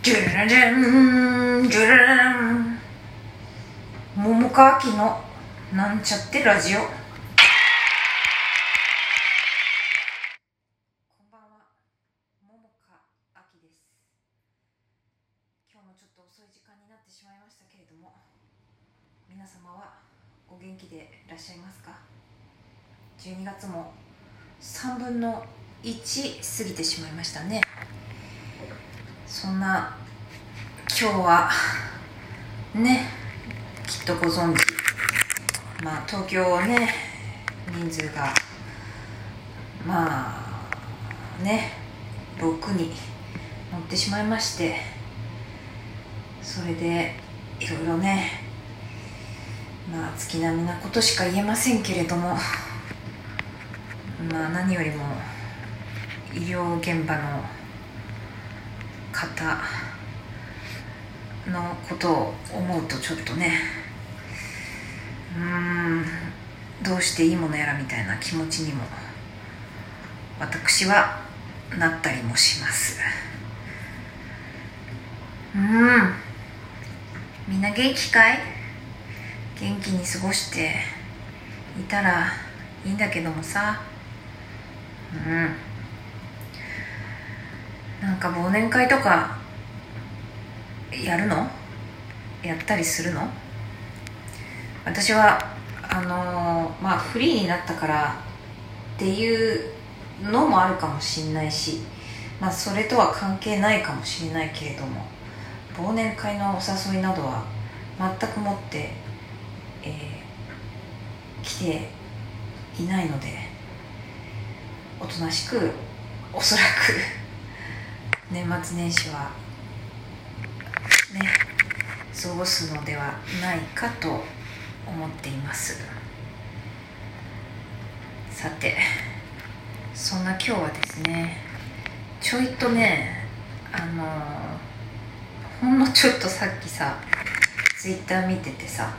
ジュラジャンジュララン桃川きのなんちゃってラジオ。こんばんは、桃川あきです。今日もちょっと遅い時間になってしまいましたけれども、皆様はお元気でいらっしゃいますか？12月も3分の1過ぎてしまいましたね。そんな今日はね、きっとご存知、東京ね、人数が6に乗ってしまいまして、それでいろいろね、月並みなことしか言えませんけれども、何よりも医療現場の方のことを思うとちょっとね、どうしていいものやらみたいな気持ちにも私はなったりもします。みんな元気かい？元気に過ごしていたらいいんだけどもさ、なんか忘年会とかやったりするの？私はフリーになったからっていうのもあるかもしれないし、それとは関係ないかもしれないけれども、忘年会のお誘いなどは全くもって、来ていないので、おとなしくおそらく年末年始はね過ごすのではないかと思っています。さて、そんな今日はですね、ちょいとね、ほんのちょっとさっきさツイッター見ててさ、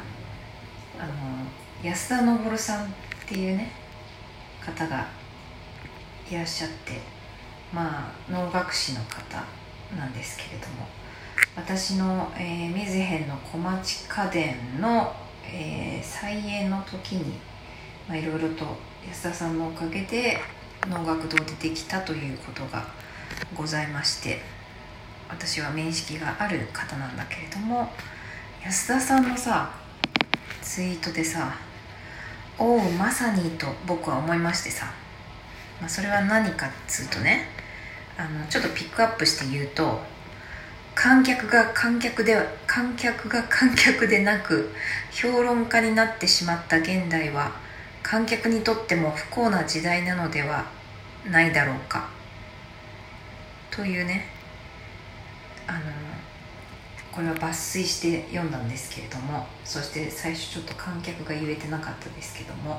安田昇さんっていうね方がいらっしゃって、能楽師の方なんですけれども、私の、水辺の小町家電の、再演の時にいろいろと安田さんのおかげで能楽堂でできたということがございまして、私は面識がある方なんだけれども、安田さんのさツイートでさ、おうまさにと僕は思いましてさ、それは何かっつうとね、ちょっとピックアップして言うと、観客が観客でなく評論家になってしまった現代は、観客にとっても不幸な時代なのではないだろうかというね、これは抜粋して読んだんですけれども、そして最初ちょっと観客が言えてなかったですけども、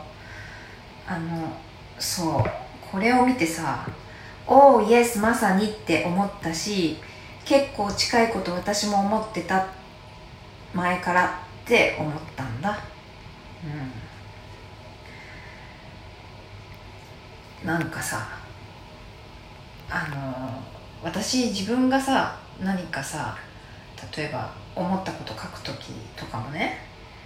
これを見てさ、おーイエスまさにって思ったし、結構近いこと私も思ってた、前からって思ったんだ。なんかさ、私自分がさ何かさ、例えば思ったこと書くときとかもね、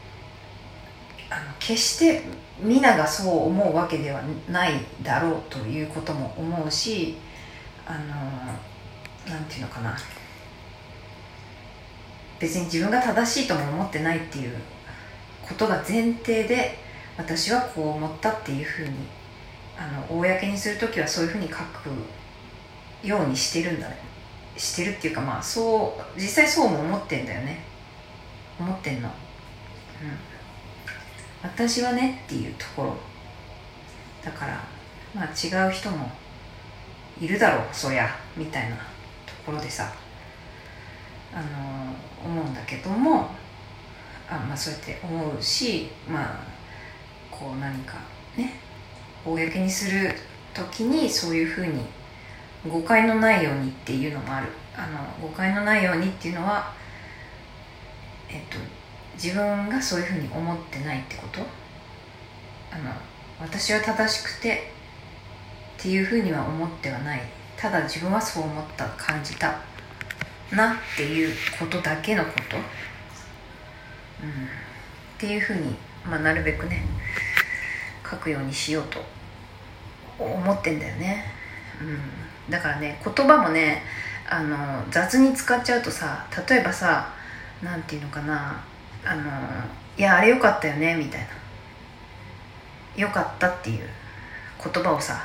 決して皆がそう思うわけではないだろうということも思うし、なんていうのかな、別に自分が正しいとも思ってないっていうことが前提で、私はこう思ったっていうふうに公にするときはそういうふうに書くようにしてるんだね。してるっていうか、実際そうも思ってんだよね。思ってんの。私はねっていうところだから、違う人もいるだろうそりゃみたいなところでさ、思うんだけども、そうやって思うし、こう何かね公にする時にそういうふうに誤解のないようにっていうのもある。誤解のないようにっていうのは、自分がそういうふうに思ってないってこと、私は正しくてっていうふうには思ってはない。ただ自分はそう思った、感じたっなっていうことだけのこと、っていうふうに、なるべくね書くようにしようと思ってんだよね。だからね、言葉もね雑に使っちゃうとさ、例えばさ、なんていうのかな、いやあれ良かったよねみたいな、良かったっていう言葉をさ、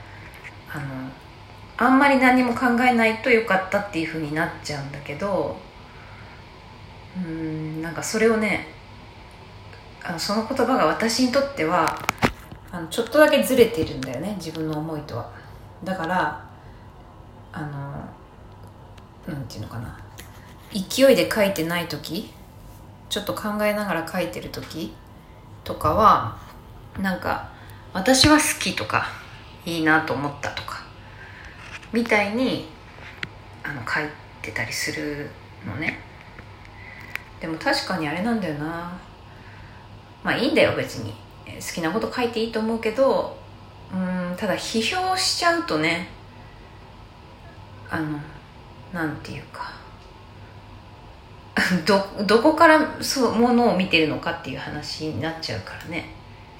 あんまり何も考えないと良かったっていう風になっちゃうんだけど、なんかそれをね、その言葉が私にとってはちょっとだけずれてるんだよね、自分の思いとは。だからなんていうのかな、勢いで書いてない時、ちょっと考えながら書いてる時とかは、なんか私は好きとかいいなと思ったとかみたいに書いてたりするのね。でも確かにあれなんだよな、いいんだよ別に、好きなこと書いていいと思うけど、ただ批評しちゃうとね、なんていうかどこからそうものを見てるのかっていう話になっちゃうからね。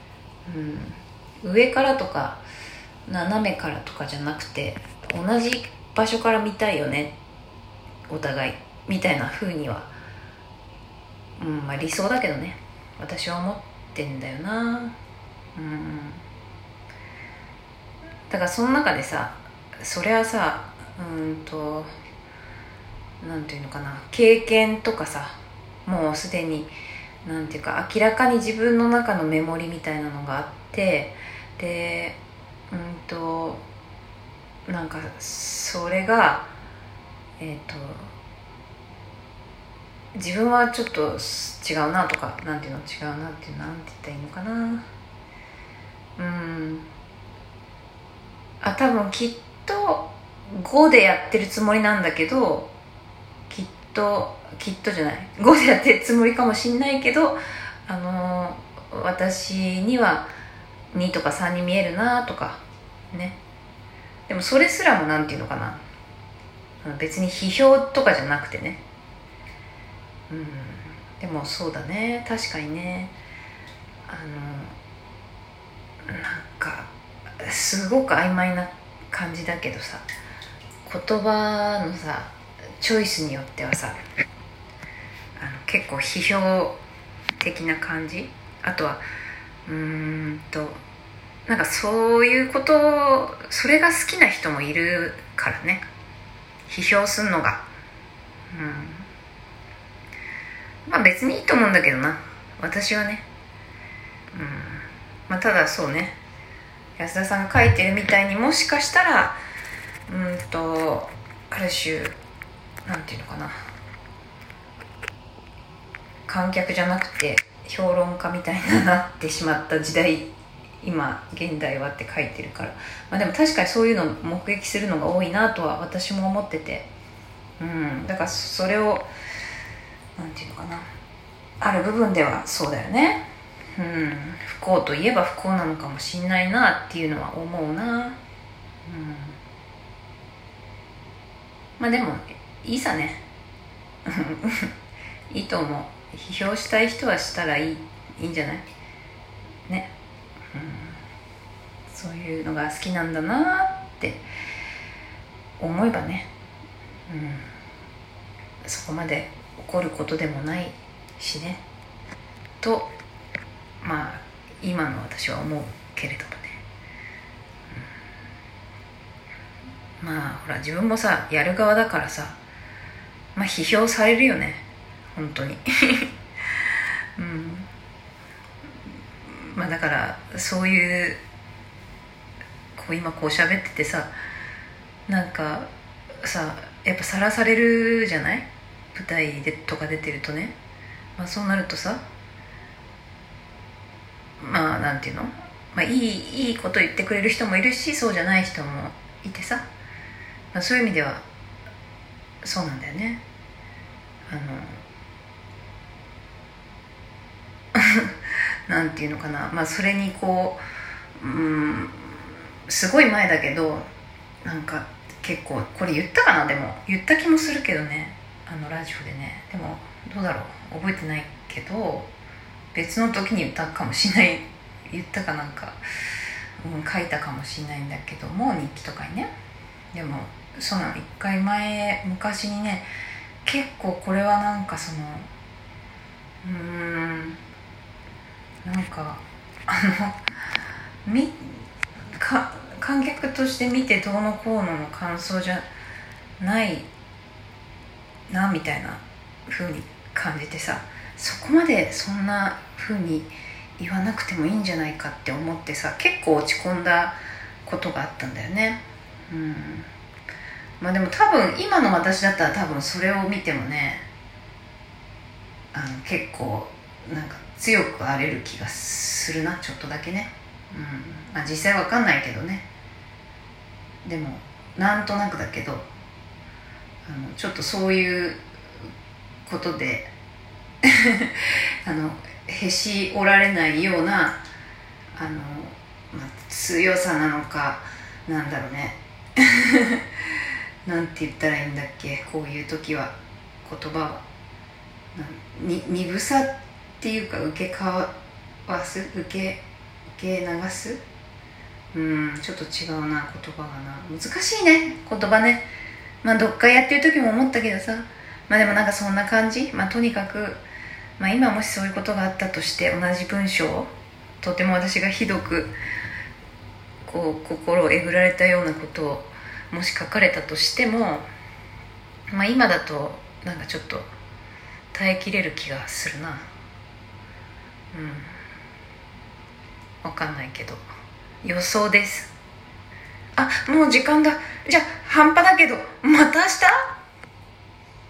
上からとか斜めからとかじゃなくて、同じ場所から見たいよねお互いみたいな風には、理想だけどね、私は思ってんだよな。だからその中でさ、そりゃさ、なんていうのかな、経験とかさ、もうすでになんていうか明らかに自分の中のメモリみたいなのがあって、でなんかそれが自分はちょっと違うなとか、なんていうの、違うなっていう、なんて言ったらいいのかな、多分きっと5でやってるつもりなんだけど、きっとじゃない、5でやってるつもりかもしんないけど、私には2とか3に見えるなとかね。でもそれすらもなんていうのかな、別に批評とかじゃなくてね、でもそうだね、確かにね、なんかすごく曖昧な感じだけどさ、言葉のさチョイスによってはさ、結構批評的な感じ、あとはなんかそういうことを、それが好きな人もいるからね、批評するのが。別にいいと思うんだけどな、私はね。ただそうね、安田さんが書いてるみたいに、もしかしたらある種なんていうのかな、観客じゃなくて評論家みたいになってしまった時代、今現代はって書いてるから、でも確かにそういうのを目撃するのが多いなとは私も思ってて、だからそれをなんていうのかな、ある部分ではそうだよね、不幸といえば不幸なのかもしんないなっていうのは思うな。でもいいさねいいと思う。批評したい人はしたらいいんじゃないね。そういうのが好きなんだなって思えばね、そこまで怒ることでもないしねと、今の私は思うけれどもね。ほら自分もさやる側だからさ、批評されるよね本当にだからそういう今こう喋っててさ、なんかさやっぱさらされるじゃない、舞台でとか出てるとね。そうなるとさ、なんていうの、いいこと言ってくれる人もいるし、そうじゃない人もいてさ、そういう意味ではそうなんだよね。なんていうのかな、それにすごい前だけど、なんか結構これ言ったかな、でも言った気もするけどね、ラジオでね。でもどうだろう、覚えてないけど、別の時に言ったかもしれない、言ったかなんか、書いたかもしれないんだけども、日記とかにね。でもそうなの、一回昔にね、結構これはなんかそのなんか観客として見てどうのこうのの感想じゃないなみたいな風に感じてさ、そこまでそんな風に言わなくてもいいんじゃないかって思ってさ、結構落ち込んだことがあったんだよね。まあでも多分今の私だったら多分それを見てもね、結構なんか強く荒れる気がするな、ちょっとだけね。まあ実際わかんないけどね。でもなんとなくだけど、ちょっとそういうことでへし折られないような強さなのか、なんだろうねなんて言ったらいいんだっけ、こういう時は言葉は鈍さっていうか、受け流す、ちょっと違うな、言葉がな、難しいね言葉ね。まあ読解やってる時も思ったけどさ、まあでもなんかそんな感じ。まあとにかく、今もしそういうことがあったとして、同じ文章をとても私がひどくこう心をえぐられたようなことをもし書かれたとしても、今だとなんかちょっと耐えきれる気がするな。わかんないけど、予想です。もう時間だ。じゃあ半端だけど、また明日。